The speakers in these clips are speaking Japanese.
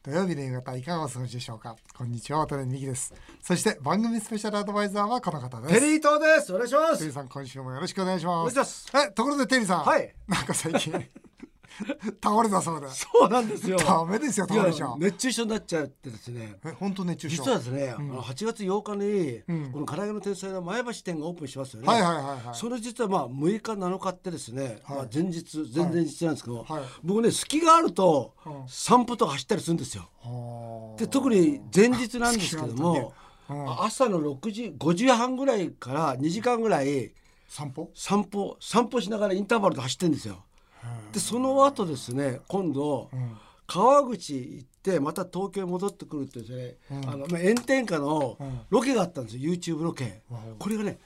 土曜日の夕方いかがお過ごしでしょうか。こんにちは、渡辺美希です。そして番組スペシャルアドバイザーはこの方です。 テリー東です。お願いします。 テリーさん、今週もよろしくお願いします。 お願いします。 ところでテリーさん、 はい、 なんか最近倒れたそうで。 そうなんですよ。 ダメですよ、倒れちゃう。 熱中症になっちゃってですね。 本当熱中症。 実はですね、8月8日に、この唐揚げの天才の前橋店がオープンしますよね。それ実は6日7日ってですね、前々日なんですけど、僕ね、隙があると散歩とか走ったりするんですよ。で、特に前日なんですけども、朝の5時半ぐらいから2時間ぐらい散歩しながらインターバルで走ってるんですよ。でその後ですね、今度、川口行ってまた東京に戻ってくるってですね、炎天下のロケがあったんですよ、YouTube ロケ。これがね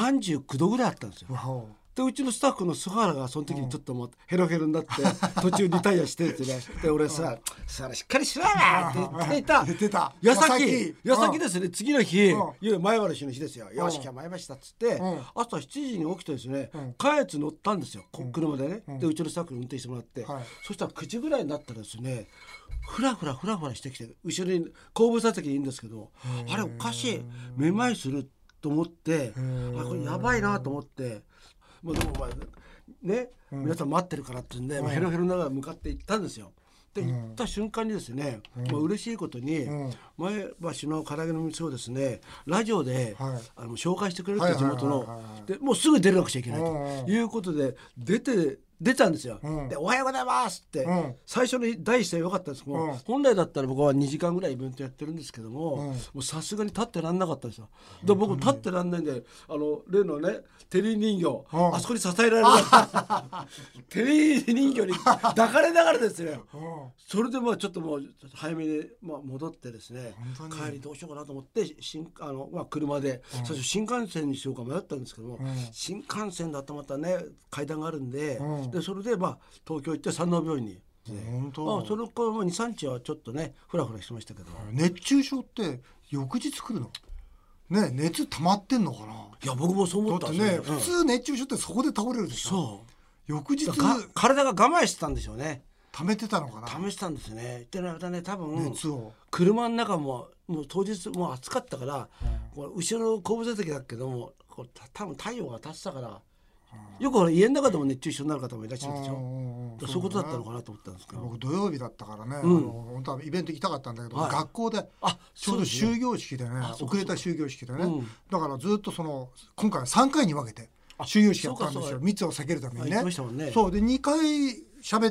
39度ぐらいあったんですよ。でうちのスタッフの菅原がその時にちょっともうヘロヘロになって途中リタイアしてですね、で俺さしっかりしろよって言ってた矢先ですね、次の日前原氏の日ですよ。よし、今日前橋だっつって朝7時に起きてですね、下越乗ったんですよ、車でね。でうちのスタッフに運転してもらって、そしたら9時ぐらいになったらですね、ふらふらしてきて、後ろに後部座席にいるんですけど、あれおかしい、めまいすると思って、これやばいなと思って、でもね、皆さん待ってるからって言うんで、ヘロヘロながら向かって行ったんですよ。で行った瞬間にですね、嬉しいことに、前橋の唐揚げの店をですねラジオで、紹介してくれるって地元ので、もうすぐ出なくちゃいけないということで出たんですよ。でおはようございますって、最初の第一声良かったんですけど、本来だったら僕は2時間ぐらいイベントやってるんですけども、もうさすがに立ってらんなかったんですよ。で僕立ってらんないんで、例のねテリー人形、あそこに支えられるテリー人形に抱かれながらですね、それでちょっともう早めに戻ってですね、帰りどうしようかなと思って車で最初新幹線にしようか迷ったんですけども、新幹線だとまたね階段があるんで、それで東京行って山王病院に、それから2、3日はちょっとねフラフラしてましたけど。 熱中症って翌日来るのね、熱溜まってんのかな。 いや僕もそう思ったんですよ。 だってね、普通熱中症ってそこで倒れるでしょ。 そう翌日体が我慢してたんでしょうね。 溜めてたのかな。 溜めてたんですね。でまたね、多分熱を車の中もう当日もう暑かったから、後ろの後部座席だけども多分太陽が当たってたから、よく家の中でも熱中症になる方もいらっしゃるでしょ。そういうことだったのかなと思ったんですけど、 僕土曜日だったからね、本当はイベント行きたかったんだけど、学校でちょうど終業式でね、遅れた終業式でね、だからずっと今回は3回に分けて終業式やったんですよ。密を避けるためにね。そうで2回喋って、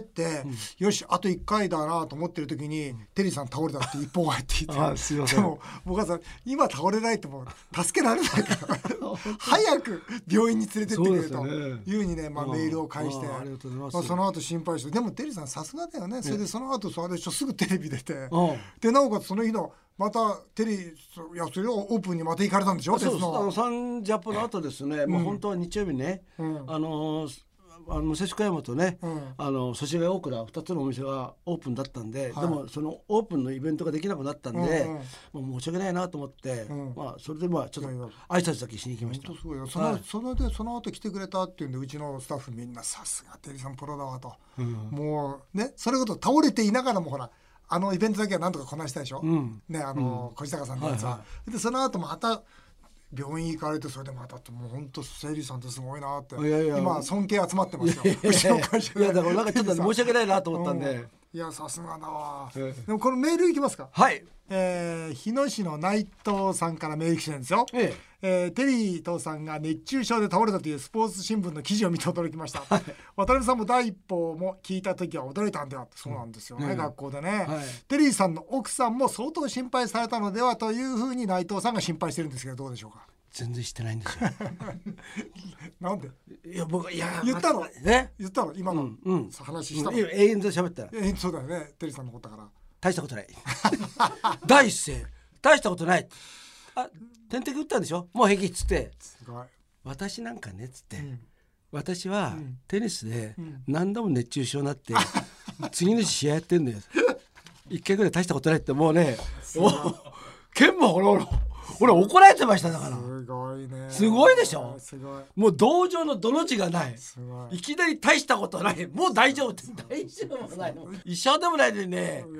よしあと1回だなと思ってる時に、テリーさん倒れたって一報が入っていて、でも僕はさ、今倒れないともう助けられないから早く病院に連れてってくれというふうにね、メールを返して、その後心配して、でもテリーさんさすがだよね。それでその後すぐテレビ出て、でなおかつその日のまたテリーそれをオープンにまた行かれたんでしょ。 そうです。サンジャポの後ですね、本当は日曜日ね、武蔵小山とね、祖師ヶ谷大倉2つのお店がオープンだったんで、でもそのオープンのイベントができなくなったんで、もう申し訳ないなと思って、それでちょっと挨拶だけしに行きました。 本当すごいよ。その後来てくれたっていうんで、うちのスタッフみんなさすがテリーさんプロだわと、もうね、それこそ倒れていながらもほらイベントだけはなんとかこなしたでしょ、ね、小高さんのやつは。でその後また病院行かれて、それでまたもう本当セリーさんってすごいなって、今尊敬集まってますよ、うちの会社で。 いやだからなんかちょっと申し訳ないなと思ったんで、 いやさすがだわ。でもこのメールいきますか。 はい、 日野市の内藤さんからメール来てるんですよ。テリー東さんが熱中症で倒れたというスポーツ新聞の記事を見て驚きました。渡辺さんも第一報も聞いた時は驚いたんではって。そうなんですよね、学校でね、テリーさんの奥さんも相当心配されたのではというふうに内藤さんが心配してるんですけど、どうでしょうか。 全然してないんですよなんで。 いや僕言ったのね、 言ったの今の話したの。 永遠と喋ったらそうだよね、テリーさんのことだから。 大したことない第一声大したことない、点滴打ったんでしょ、もう平気っつって、私なんかねっつって、私はテニスで何度も熱中症になって次の日試合やってんだよ一回ぐらい大したことないって。もうね剣も俺怒られてましただから。 すごいね。 すごいでしょ。もう同情のどの字がない。いきなり大したことない、もう大丈夫って。大丈夫もないの、医者でもないのにね、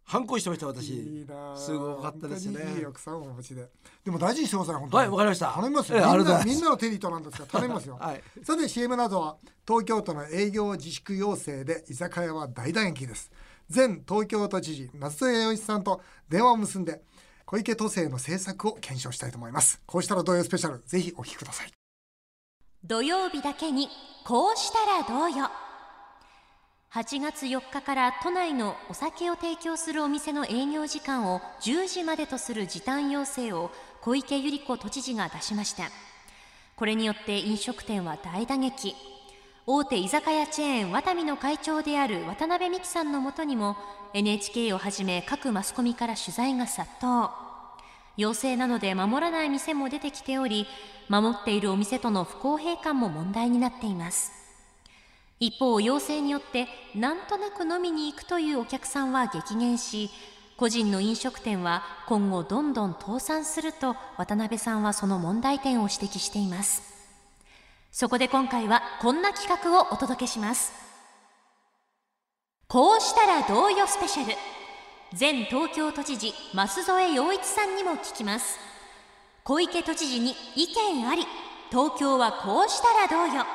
反抗してました私。 いいな、 すごかったですね。 いい奥さんをお持ちで。でも大事にしてください本当に。 はい、わかりました。 頼みますよ。みんなのテリトなんですから頼みますよ。はい、さて CM などは東京都の営業自粛要請で居酒屋は大打撃です。前東京都知事松添洋一さんと電話を結んで小池都政の政策を検証したいと思います。こうしたらどうよスペシャル、ぜひお聞きください。 土曜日だけにこうしたらどうよ。8月4日から都内のお酒を提供するお店の営業時間を10時までとする時短要請を小池百合子都知事が出しました。これによって飲食店は大打撃。大手居酒屋チェーンワタミの会長である渡辺美樹さんのもとにも NHK をはじめ各マスコミから取材が殺到。要請なので守らない店も出てきており、守っているお店との不公平感も問題になっています。一方、要請によってなんとなく飲みに行くというお客さんは激減し、個人の飲食店は今後どんどん倒産すると渡辺さんはその問題点を指摘しています。そこで今回はこんな企画をお届けします。こうしたらどうよスペシャル。前東京都知事舛添洋一さんにも聞きます。小池都知事に意見あり、東京はこうしたらどうよ。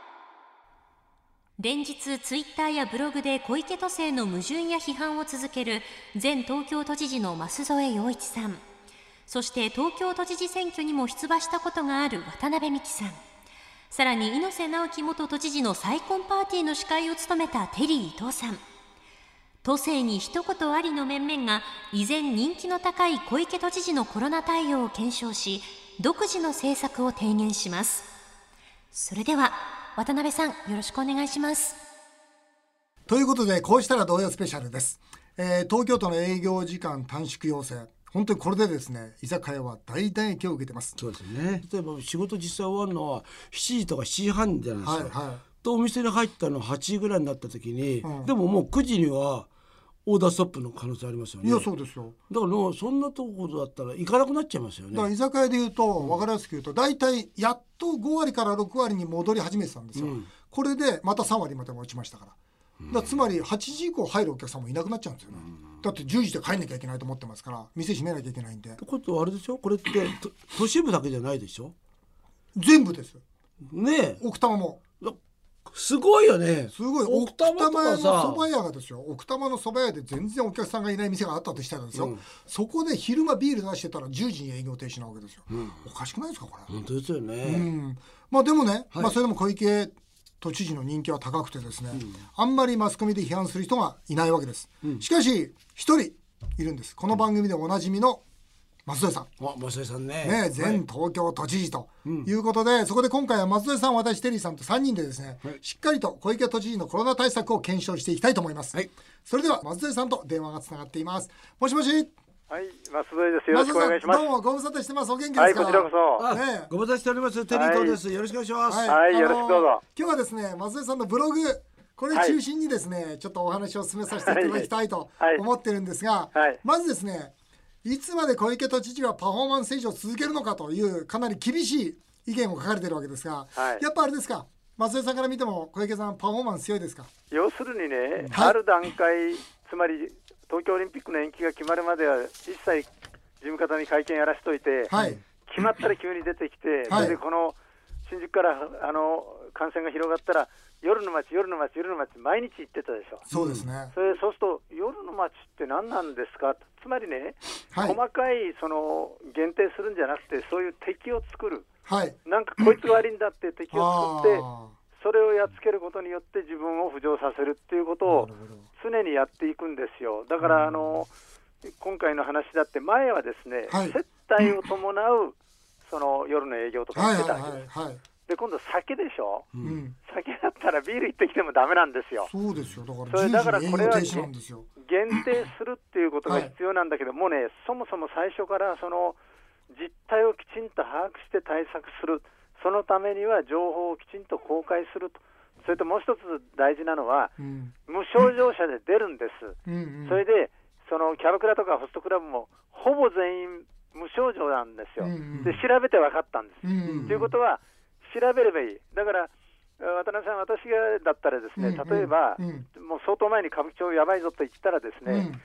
連日ツイッターやブログで小池都政の矛盾や批判を続ける前東京都知事の舛添洋一さん、そして東京都知事選挙にも出馬したことがある渡辺美樹さん、さらに猪瀬直樹元都知事の再婚パーティーの司会を務めたテリー伊藤さん、都政に一言ありの面々が依然人気の高い小池都知事のコロナ対応を検証し、独自の政策を提言します。それでは渡辺さん、よろしくお願いします。 ということで、こうしたらどうよスペシャルです。東京都の営業時間短縮要請、本当にこれでですね、居酒屋は大打撃を受けてます。 そうですね。例えば仕事実際終わるのは7時とか7時半じゃないですか、はいはい、とお店に入ったの8時ぐらいになった時に、でももう9時にはオーダーストップの可能性ありますよね。 いや、そうですよ。 だからそんなところだったら行かなくなっちゃいますよね。だから居酒屋で言うと、分かりやすく言うと、大体やっと5割から6割に戻り始めてたんですよ、これでまた3割まで落ちましたから、だからつまり8時以降入るお客さんもいなくなっちゃうんですよね、だって10時で帰んなきゃいけないと思ってますから、店閉めなきゃいけないんで。ってことはあれでしょ、これって都市部だけじゃないでしょ。 全部ですねえ。 奥多摩もすごいよね。 すごい。奥多摩の蕎麦屋がですよ、奥多摩の蕎麦屋で全然お客さんがいない店があったとしたらですよ、そこで昼間ビール出してたら10時に営業停止なわけですよ、おかしくないですかこれ。 本当ですよね、 まあでもね、それでも小池都知事の人気は高くてですね、あんまりマスコミで批判する人がいないわけです、しかし一人いるんです。この番組でおなじみの舛添さん。 舛添さんね。 前東京都知事ということで、そこで今回は舛添さん、私テリーさんと3人でですね、しっかりと小池都知事のコロナ対策を検証していきたいと思います。それでは舛添さんと電話がつながっています。もしもし。 はい、舛添です。よろしくお願いします。 どうもご無沙汰してます。お元気ですか。 はい、こちらこそ。ご無沙汰しております。テリー伊藤です。よろしくお願いします。 はい、よろしくどうぞ。 今日はですね、舛添さんのブログ、これ中心にですね、ちょっとお話を進めさせていただきたいと思ってるんですが、まずですね、いつまで小池都知事はパフォーマンス維持を続けるのかというかなり厳しい意見を書かれているわけですが、やっぱあれですか、舛添さんから見ても小池さんパフォーマンス強いですか。 要するにね、ある段階、つまり東京オリンピックの延期が決まるまでは一切事務方に会見やらしといて、決まったら急に出てきて、それでこの新宿から感染が広がったら夜の街毎日行ってたでしょ。 そうですね。 そうすると夜の街って何なんですか。つまりね、細かいその限定するんじゃなくて、そういう敵を作る、なんかこいつが悪いんだって敵を作ってそれをやっつけることによって自分を浮上させるっていうことを常にやっていくんですよ。だから今回の話だって前はですね、接待を伴うその夜の営業とかしてたわけです。で今度酒でしょ、酒だったらビール行ってきてもダメなんですよ。 そうですよ。だからこれは限定するっていうことが必要なんだけど、もうね、そもそも最初からその実態をきちんと把握して対策する、そのためには情報をきちんと公開すると。それともう一つ大事なのは、無症状者で出るんです、それでそのキャバクラとかホストクラブもほぼ全員無症状なんですよ、で調べて分かったんです、ということは調べればいい。だから渡辺さん、私がだったらですね、例えば、もう相当前に歌舞伎町やばいぞと言ったらですね、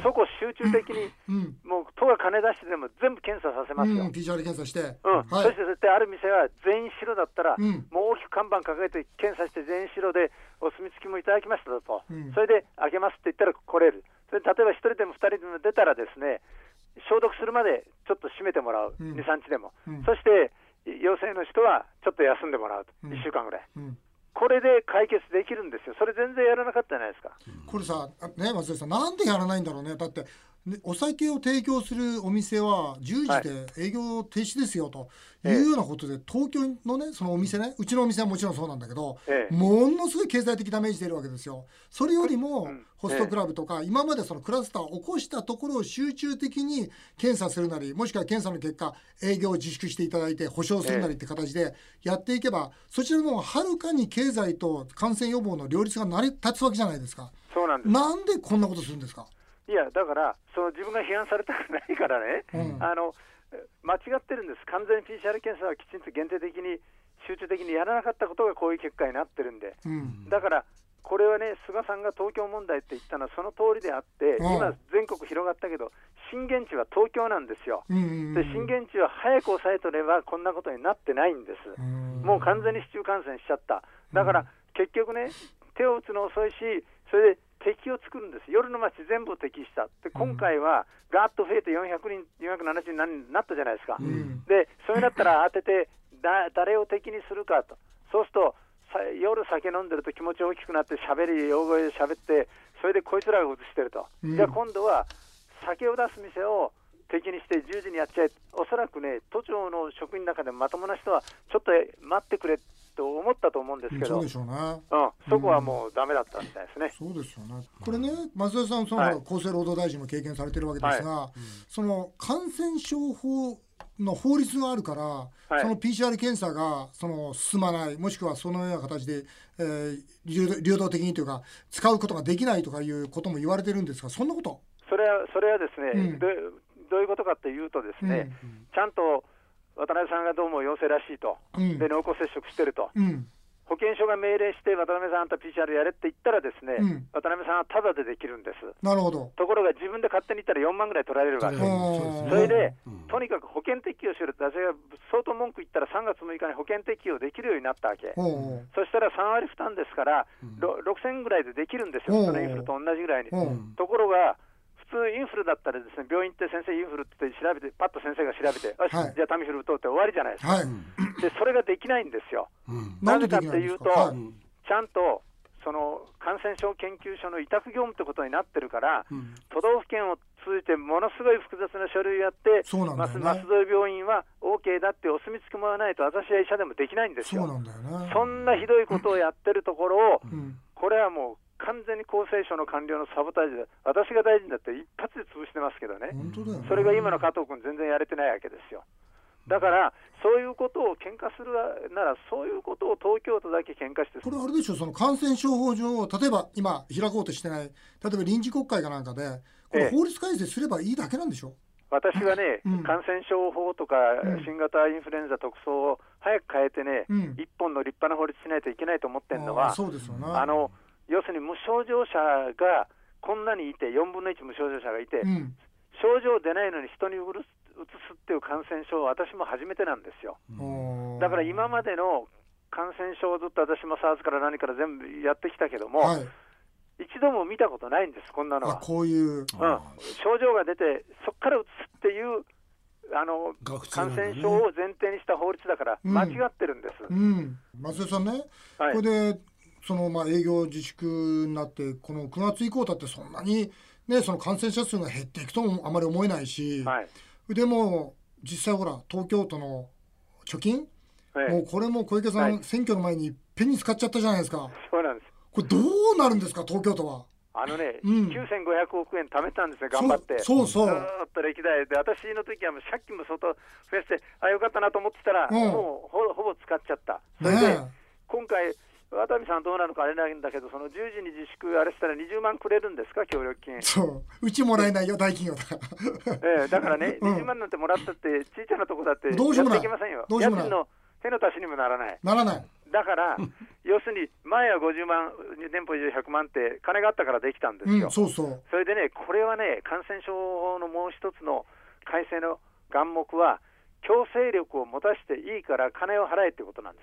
そこ集中的に、もう都が金出してでも全部検査させますよ。 PCR 検査して、 そして絶対ある店は全員白だったら、もう大きく看板掲げて検査して全員白でお墨付きもいただきましたと、それで開けますって言ったら来れる。それ例えば1人でも2人でも出たらですね、消毒するまでちょっと閉めてもらう、2、3日でも、そして陽性の人はちょっと休んでもらうと、1週間ぐらい、これで解決できるんですよ。それ全然やらなかったじゃないですか。 これさ、ね、松井さん、なんでやらないんだろうね。だってお酒を提供するお店は10時で営業停止ですよというようなことで、東京のね、そのお店ね、うちのお店はもちろんそうなんだけど、ものすごい経済的ダメージ出るわけですよ。それよりもホストクラブとか、今までそのクラスターを起こしたところを集中的に検査するなり、もしくは検査の結果営業を自粛していただいて保証するなりって形でやっていけば、そちらのはるかに経済と感染予防の両立が成り立つわけじゃないですか。 そうなんです。 なんでこんなことするんですか。 いや、だからその自分が批判されたくないからね、間違ってるんです。完全に PCR 検査はきちんと限定的に集中的にやらなかったことがこういう結果になってるんで、だからこれはね、菅さんが東京問題って言ったのはその通りであって、今全国広がったけど震源地は東京なんですよ。で、震源地は早く抑えとればこんなことになってないんです。もう完全に市中感染しちゃった。だから結局ね、手を打つの遅いし、それで敵を作るんです。夜の街全部敵した。で、今回はガーッと増えて400人、470人になったじゃないですか。で、それだったら当てて誰を敵にするかと。そうすると夜酒飲んでると気持ち大きくなって大声で喋って、それでこいつらが映してると、じゃあ今度は酒を出す店を敵にして10時にやっちゃえ。おそらくね、都庁の職員の中でまともな人はちょっと待ってくれと思ったと思うんですけど、 そうでしょうね。 そこはもうダメだったみたいですね。 そうですよね。これね、松田さん、その厚生労働大臣も経験されてるわけですが、その感染症法の法律があるから、その PCR 検査がその進まない、もしくはそのような形で、流動的にというか使うことができないとかいうことも言われてるんですが、そんなこと？ それはですね、どういうことかというとですね、ちゃんと渡辺さんがどうも陽性らしいと、で濃厚接触してると、保健所が命令して渡辺さんあんた PCR やれって言ったらですね、渡辺さんはタダでできるんです。 なるほど。 ところが自分で勝手に言ったら4万ぐらい取られるわけです。それで、とにかく保険適用しろって私が相当文句言ったら3月6日に保険適用できるようになったわけ。そしたら3割負担ですから6000ぐらいでできるんですよ。そのインフルと同じぐらいに。ところが普通インフルだったらですね、病院行って先生インフルって調べて、パッと先生が調べて、よし、じゃあタミフル打とうって終わりじゃないですか。で、それができないんですよ。なぜかっていうと、ちゃんとその感染症研究所の委託業務ってことになってるから、都道府県を通じてものすごい複雑な書類やって、舛添病院は OK だってお墨付きもらわないと私は医者でもできないんですよ。そんなひどいことをやってるところを、これはもう完全に厚生省の官僚のサボタージで、私が大臣だって一発で潰してますけどね。それが今の加藤君全然やれてないわけですよ。だからそういうことを喧嘩するなら、そういうことを東京都だけ喧嘩して、 これあれでしょ、その感染症法上、例えば今開こうとしてない、例えば臨時国会かなんかでこれ法律改正すればいいだけなんでしょ。 私はね、感染症法とか新型インフルエンザ特措を早く変えてね、一本の立派な法律しないといけないと思ってるのは、 そうですよね。 要するに無症状者がこんなにいて、4分の1無症状者がいて、症状出ないのに人にうつすっていう感染症は私も初めてなんですよ。だから今までの感染症をずっと私も SARS から何から全部やってきたけども、一度も見たことないんです、こんなのは。 こういう、 症状が出てそこからうつすっていう感染症を前提にした法律だから間違ってるんです。 松江さんね、これでその営業自粛になって、この9月以降だってそんなに、ね、その感染者数が減っていくともあまり思えないし、でも実際ほら東京都の貯金、もうこれも小池さん、選挙の前にいっぺんに使っちゃったじゃないですか。 そうなんです。 これどうなるんですか、東京都は。 9500億円貯めたんですね、頑張って。ずっと歴代で、私の時はもう借金も相当増やして、よかったなと思ってたら、もうほぼ使っちゃった。それで今回渡辺さんどうなのかあれなんだけど、その10時に自粛あれしたら20万くれるんですか、協力金。 うちもらえないよ、大企業だから。 だからね、20万なんてもらったって小さなとこだってやっていけませんよ。家賃の手の足しにもならない。 だから要するに前は50万、年俸以上100万って金があったからできたんですよ。 そうそう。 それでね、これはね、感染症法のもう一つの改正の眼目は、強制力を持たせていいから金を払えってことなんです。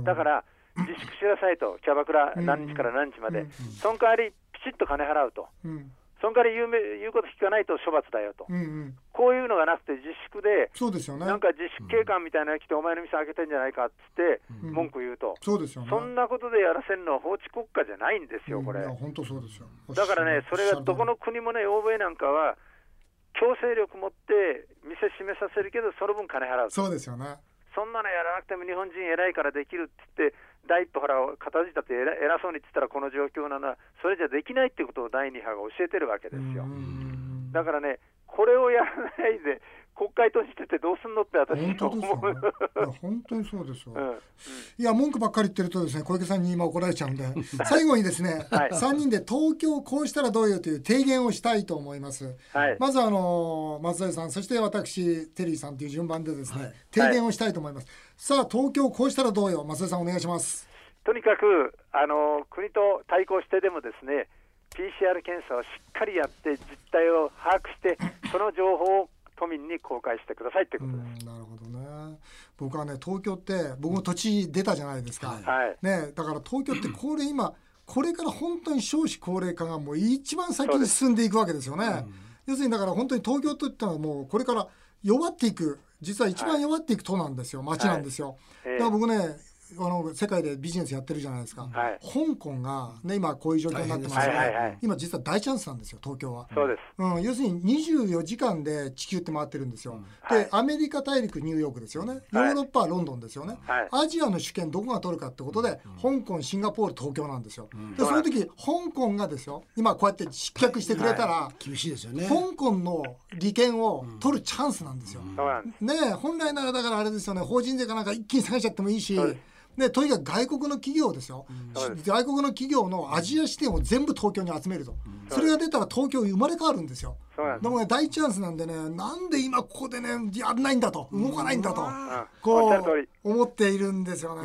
だから自粛しなさいと、キャバクラ何日から何日まで、その代わりピチッと金払うと、その代わり言うこと聞かないと処罰だよと、こういうのがなくて自粛で、 そうですよね、 なんか自粛警官みたいなのが来て、お前の店開けてんじゃないかっつって文句言うと、 そうですよね、 そんなことでやらせるのは法治国家じゃないんですよ、これ。 本当そうですよ。 だからね、それがどこの国もね、欧米なんかは強制力持って店閉めさせるけど、その分金払う。 そうですよね。 そんなのやらなくても日本人偉いからできるって言って、第一歩片付いたって偉そうに言ってたらこの状況なのは、それじゃできないってことを第二波が教えてるわけですよ。だからね、これをやらないで国会閉じててどうすんのって私は思う。 本当にそうですよ、いや文句ばっかり言ってるとですね、小池さんに今怒られちゃうんで最後にですね、3人で東京こうしたらどうよという提言をしたいと思います、まず松添さん、そして私テリーさんという順番でですね、提言をしたいと思います。さあ東京こうしたらどうよ、松添さんお願いします。 とにかく国と対抗してでもですね、 PCR 検査をしっかりやって実態を把握してその情報を都民に公開してくださいってことです。 なるほどね。僕はね、東京って僕も土地出たじゃないですか、ね、だから東京ってこれから本当に少子高齢化がもう一番先に進んでいくわけですよね。要するにだから本当に東京といったのはもうこれから弱っていく、実は一番弱っていく都なんですよ、町なんですよ。だから僕ね、世界でビジネスやってるじゃないですか、香港が、ね、今こういう状況になってますね、今実は大チャンスなんですよ東京は。 そうです、 要するに24時間で地球って回ってるんですよ、でアメリカ大陸ニューヨークですよね、ヨーロッパはロンドンですよね、アジアの主権どこが取るかってことで、香港、シンガポール、東京なんですよ、でその時香港がですよ、今こうやって失脚してくれたら、 厳しいですよね、 香港の利権を取るチャンスなんですよ、ね、本来ならだからあれですよね、法人税かなんか一気に下げちゃってもいいし、でとにかく外国の企業ですよ、外国の企業のアジア支店を全部東京に集めると、それが出たら東京生まれ変わるんですよ。でもね、大チャンスなんでね、なんで今ここでねやらないんだと、動かないんだと、こう思っているんですよね。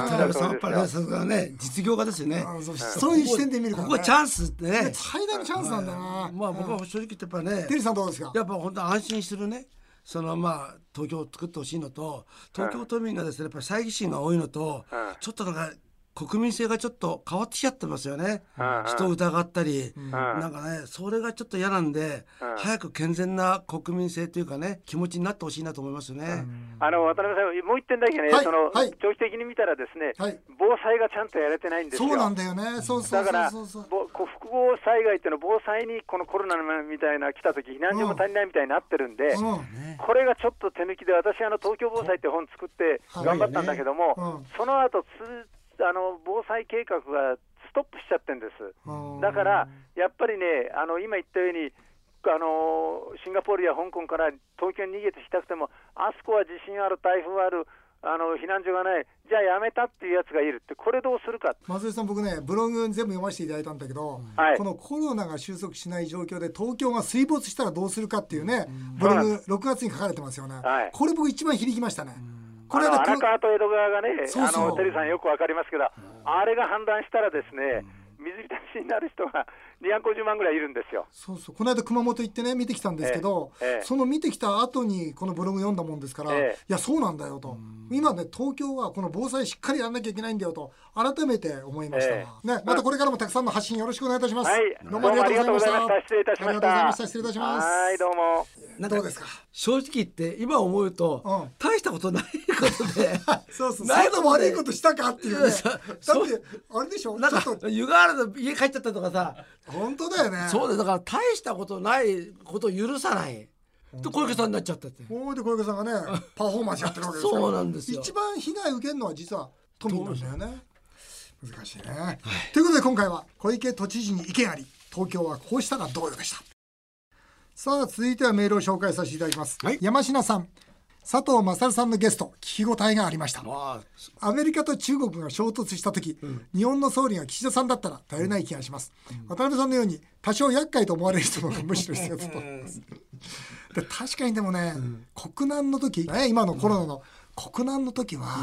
実業家ですよね。 そういう視点で見るから、 ここチャンスってね、 最大のチャンスなんだな。 僕は正直言ってやっぱね、 テリーさんどうですか。 やっぱ本当安心するね、東京を作ってほしいのと、東京都民がですね、やっぱり猜疑心が多いのと、ちょっとなんか国民性がちょっと変わってきちゃってますよね、人を疑ったり、なんかね、それがちょっと嫌なんで、早く健全な国民性というかね、気持ちになってほしいなと思いますよね。 渡辺さん、もう一点だけね、長期的に見たらですね、防災がちゃんとやれてないんですよ。 そうなんだよね。 だから複合災害っていうのは、防災にこのコロナみたいな来た時避難所も足りないみたいになってるんで、これがちょっと手抜きで、私東京防災って本作って頑張ったんだけども、その後防災計画がストップしちゃってるんです。だからやっぱりね、今言ったようにシンガポールや香港から東京に逃げてきたくても、あそこは地震ある、台風ある、避難所がない、じゃあやめたっていうやつがいるって、これどうするか。 松井さん、僕ねブログ全部読ませていただいたんだけど、このコロナが収束しない状況で東京が水没したらどうするかっていうね、ブログ6月に書かれてますよね、これ僕一番響きましたね。 これ荒川と江戸川がね、テリーさんよくわかりますけど、あれが氾濫したらですね、水浸しになる人が250万ぐらいいるんですよ。 この間熊本行ってね見てきたんですけど、その見てきた後にこのブログ読んだもんですから、いやそうなんだよと、今ね東京はこの防災しっかりやらなきゃいけないんだよと改めて思いましたね。またこれからもたくさんの発信よろしくお願いいたします。 どうもありがとうございました。失礼いたしました。 失礼いたします。 はいどうも。 どうですか。 正直言って今思うと、大したことないことで何度も悪いことしたかっていうね。だってあれでしょ、 なんか湯河原で家帰っちゃったとかさ、 本当だよね。 そうだから大したことないことを許さないと小池さんになっちゃったって。 ほいで小池さんがねパフォーマンスやってるわけですから。 そうなんですよ。 一番被害受けるのは実は都民なんだよね。難しいね、ということで今回は小池都知事に意見あり、東京はこうしたらどうよでした。さあ続いてはメールを紹介させていただきます、山科さん、佐藤勝さんのゲスト、聞き応えがありました。アメリカと中国が衝突した時、日本の総理が岸田さんだったら頼りない気がします、渡辺さんのように多少厄介と思われる人の方がむしろ必要だと思いますで確かにでもね、国難の時、今のコロナの国難の時は、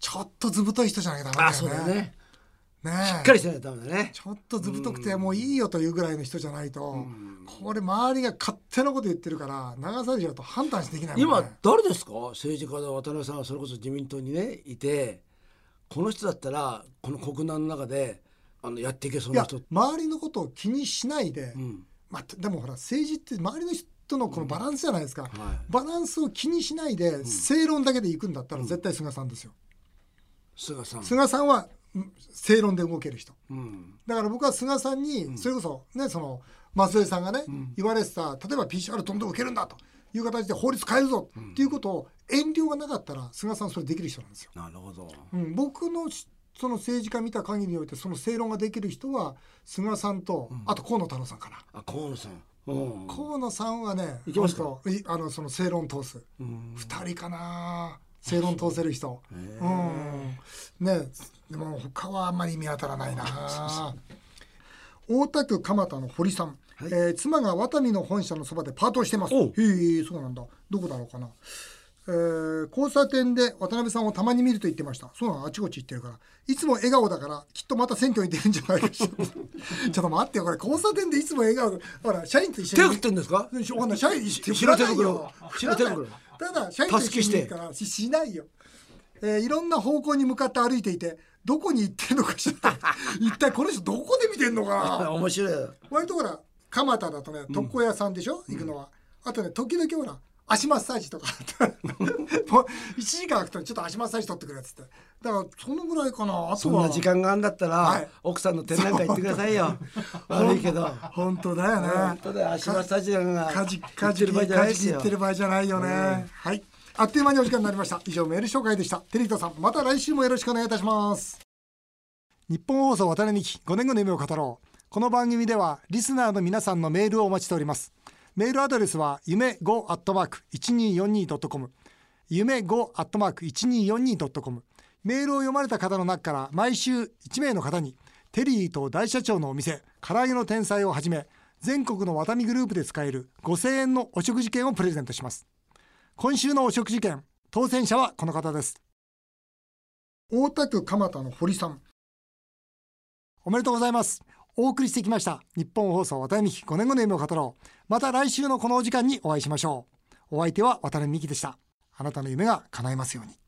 ちょっと図太い人じゃなきゃダメだよね。 そうだよね。 ね、 しっかりしてないとダメだね。 ちょっと図太くてもういいよというぐらいの人じゃないと、これ周りが勝手なこと言ってるから流されちゃうと判断できないもんね。 今誰ですか、政治家で渡辺さんはそれこそ自民党にねいて、この人だったらこの国難の中でやっていけそうな人。 周りのことを気にしないで、でもほら政治って周りの人のこのバランスじゃないですか、バランスを気にしないで正論だけでいくんだったら絶対菅さんですよ。菅さんは正論で動ける人、だから僕は菅さんにそれこそね、その松江さんがね、言われてた、例えば PCR どんどん受けるんだという形で法律変えるぞっていうことを遠慮がなかったら菅さんそれできる人なんですよ。 なるほど、 僕のその政治家見た限りにおいてその正論ができる人は菅さんと、あと河野太郎さんかな。 河野さん、 河野さんはね、 いきますか、 その正論通す2人かな、正論通せる人、ね。でも他はあんまり見当たらないな。大田区蒲田の堀さん、妻がワタミの本社のそばでパートをしてます。へえ、そうなんだ。どこだろうかな。交差点で渡辺さんをたまに見ると言ってました。そうなの、あちこち行ってるから。いつも笑顔だからきっとまた選挙に出るんじゃないかしら。ちょっと待ってよ、これ交差点でいつも笑顔。ほら社員と一緒に手振ってんですか。 社員白手袋、白手袋。 ただ社員と一緒にいるからしないよ。いろんな方向に向かって歩いていて、どこに行ってんのかしら。一体この人どこで見てんのかな。 面白い。 割とほら蒲田だとね、床屋さんでしょ、行くのは。あとね、時々ほら足マッサージとか1時間空くとちょっと足マッサージ取ってくれっつって。だからそのぐらいかな。あとはそんな時間があるんだったら、奥さんの展覧会行ってくださいよ。悪いけど本当だよね。 本当だよ、足マッサージがかじってる場合じゃないよね。はい、あっという間にお時間になりました。以上メール紹介でした。テリートさん、また来週もよろしくお願いいたします。日本放送渡辺美希5年後の夢を語ろう。この番組ではリスナーの皆さんのメールをお待ちしております。メールアドレスは夢 5@1242.com、 夢 5@1242.com。 メールを読まれた方の中から毎週1名の方にテリーと大社長のお店唐揚げの天才をはじめ全国のワタミグループで使える5000円のお食事券をプレゼントします。今週のお食事券当選者はこの方です。大田区蒲田の堀さん、おめでとうございます。お送りしてきました日本放送渡辺美希5年後の夢を語ろう。また来週のこのお時間にお会いしましょう。お相手は渡辺美希でした。あなたの夢が叶いますように。